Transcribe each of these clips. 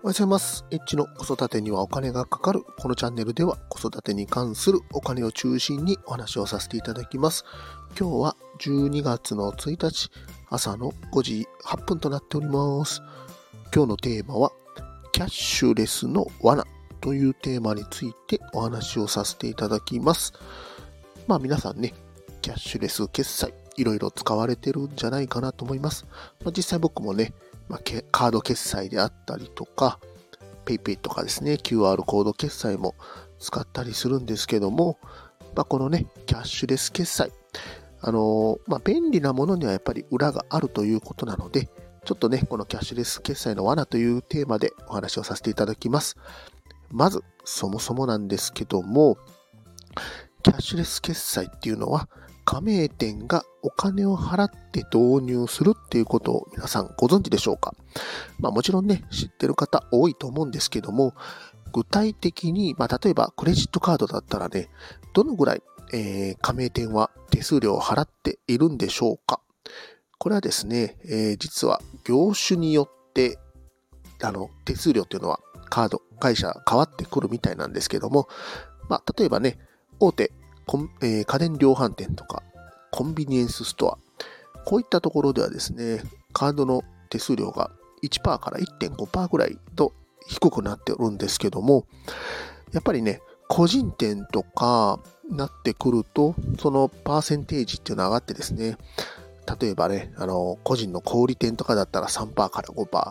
おはようございます。エッチの子育てにはお金がかかる。このチャンネルでは子育てに関するお金を中心にお話をさせていただきます。今日は12月の1日、朝の5時8分となっております。今日のテーマは、キャッシュレスの罠というテーマについてお話をさせていただきます。皆さんね、キャッシュレス決済、いろいろ使われてるんじゃないかなと思います。実際僕もね、カード決済であったりとか、PayPay とかですね、QR コード決済も使ったりするんですけども、このね、キャッシュレス決済、便利なものにはやっぱり裏があるということなので、ちょっとね、このキャッシュレス決済の罠というテーマでお話をさせていただきます。まず、そもそもなんですけども、キャッシュレス決済っていうのは、加盟店がお金を払って導入するっていうことを皆さんご存知でしょうか？もちろんね、知ってる方多いと思うんですけども、具体的に、例えばクレジットカードだったらね、どのぐらい、加盟店は手数料を払っているんでしょうか？これはですね、実は業種によって手数料っていうのはカード会社変わってくるみたいなんですけども、例えばね、大手家電量販店とかコンビニエンスストア、こういったところではですね、カードの手数料が 1% から 1.5% ぐらいと低くなっておるんですけども、やっぱりね、個人店とかなってくると、そのパーセンテージっていうのが上がってですね、例えばね、個人の小売店とかだったら 3% から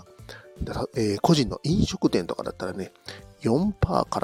5%、個人の飲食店とかだったらね、4% から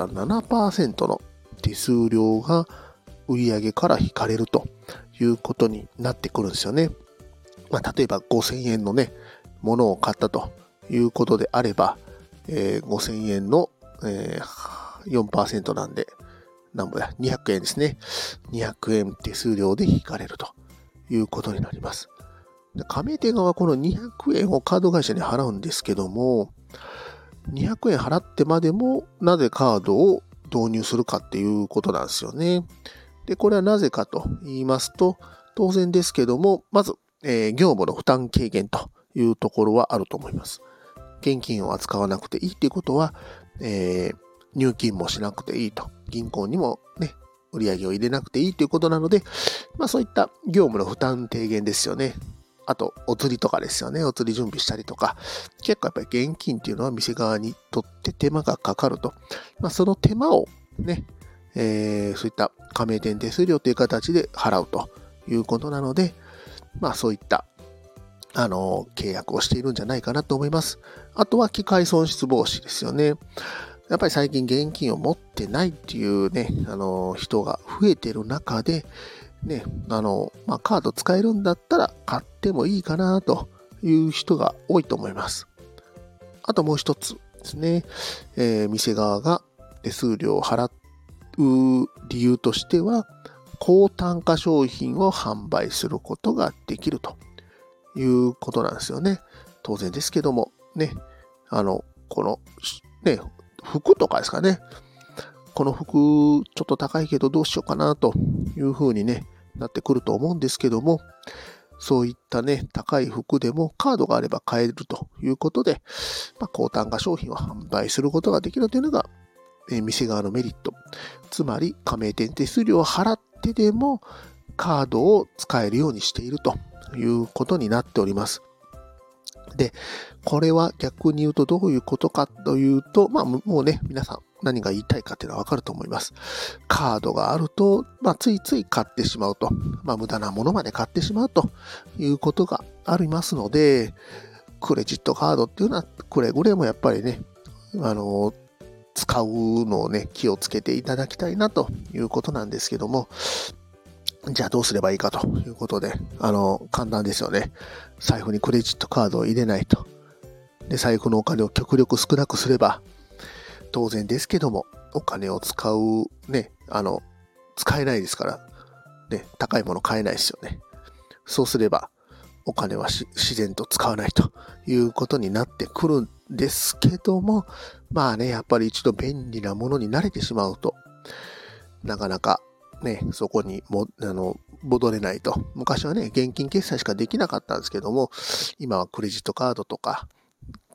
7% の手数料が売上から引かれるということになってくるんですよね。例えば5000円のね、ものを買ったということであれば、5000円の、4% なんで、200円ですね。200円手数料で引かれるということになります。加盟店側はこの200円をカード会社に払うんですけども、200円払ってまでもなぜカードを導入するかっていうことなんですよね。で、これはなぜかと言いますと、当然ですけども、まず、業務の負担軽減というところはあると思います。現金を扱わなくていいっていうことは、入金もしなくていいと。銀行にもね、売上を入れなくていいということなので、そういった業務の負担低減ですよね。あと、お釣りとかですよね。お釣り準備したりとか。結構やっぱり現金っていうのは店側にとって手間がかかると。その手間をね、そういった加盟店手数料という形で払うということなので、そういった契約をしているんじゃないかなと思います。あとは機械損失防止ですよね。やっぱり最近現金を持ってないっていうね、人が増えている中で、ね、カード使えるんだったら買ってもいいかなという人が多いと思います。あともう一つですね、店側が手数料を払う理由としては、高単価商品を販売することができるということなんですよね。当然ですけども、ね、この、ね、服とかですかね。この服ちょっと高いけどどうしようかなという風にね、なってくると思うんですけども、そういったね、高い服でもカードがあれば買えるということで、高単価商品を販売することができるというのが、店側のメリット。つまり、加盟店手数料を払ってでもカードを使えるようにしているということになっております。で、これは逆に言うとどういうことかというと、もうね、皆さん何が言いたいかっていうのはわかると思います。カードがあると、ついつい買ってしまうと、無駄なものまで買ってしまうということがありますので、クレジットカードっていうのはくれぐれもやっぱりね、使うのをね、気をつけていただきたいなということなんですけども、じゃあどうすればいいかということで、簡単ですよね。財布にクレジットカードを入れないと。で、財布のお金を極力少なくすれば、当然ですけども、お金を使う、ね、使えないですから、ね、高いもの買えないですよね。そうすれば、お金は自然と使わないということになってくるんですけども、やっぱり一度便利なものに慣れてしまうと、なかなかね、そこに戻れないと。昔はね、現金決済しかできなかったんですけども、今はクレジットカードとか、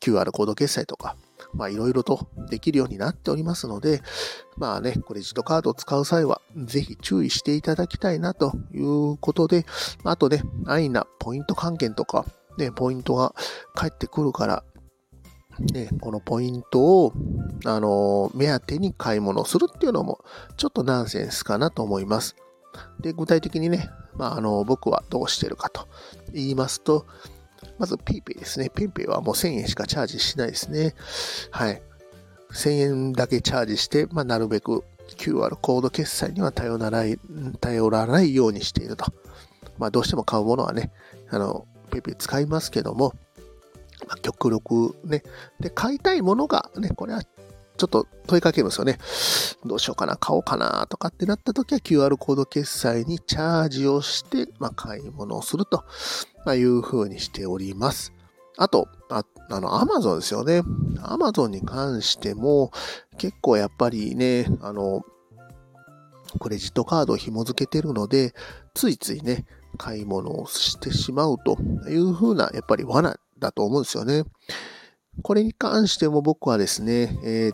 QR コード決済とか、いろいろとできるようになっておりますので、クレジットカードを使う際は、ぜひ注意していただきたいなということで、あとね、安易なポイント還元とか、ね、ポイントが返ってくるから、ね、このポイントを、目当てに買い物をするっていうのも、ちょっとナンセンスかなと思います。で、具体的にね、僕はどうしてるかと言いますと、まず PayPay ですね。PayPay はもう1000円しかチャージしないですね。はい。1000円だけチャージして、なるべく QR コード決済には頼らないようにしていると。どうしても買うものはね、PayPay 使いますけども、極力ね、で、買いたいものがね、これはちょっと問いかけるんですよね。どうしようかな、買おうかなとかってなった時は QR コード決済にチャージをして、買い物をするという風にしております。あと、Amazon ですよね。Amazon に関しても結構やっぱりね、クレジットカードを紐付けてるので、ついついね、買い物をしてしまうという風な、やっぱり罠だと思うんですよね。これに関しても僕はですね、キャ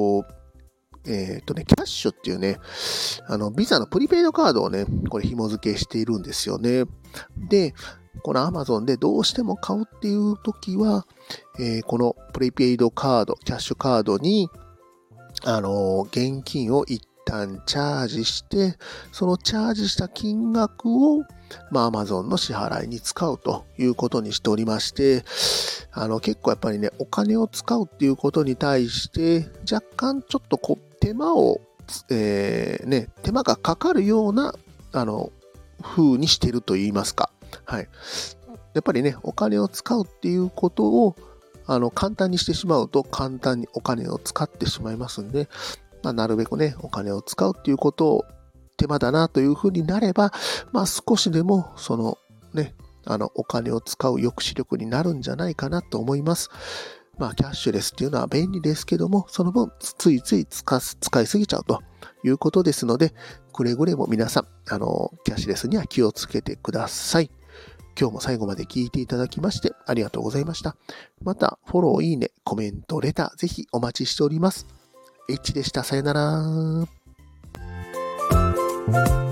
ッシュっていうね、ビザのプリペイドカードをね、これ紐付けしているんですよね。で、この Amazon でどうしても買うっていう時は、このプリペイドカード、キャッシュカードに、現金を一旦チャージして、そのチャージした金額を、Amazon の支払いに使うということにしておりまして、結構やっぱりね、お金を使うっていうことに対して、若干ちょっと手間がかかるような、風にしてると言いますか。はい。やっぱりね、お金を使うっていうことを、簡単にしてしまうと、簡単にお金を使ってしまいますんで、なるべくね、お金を使うっていうことを手間だなというふうになれば、少しでも、そのね、お金を使う抑止力になるんじゃないかなと思います。キャッシュレスっていうのは便利ですけども、その分、ついつい使いすぎちゃうということですので、くれぐれも皆さん、キャッシュレスには気をつけてください。今日も最後まで聞いていただきましてありがとうございました。また、フォロー、いいね、コメント、レター、ぜひお待ちしております。H でした。さよなら。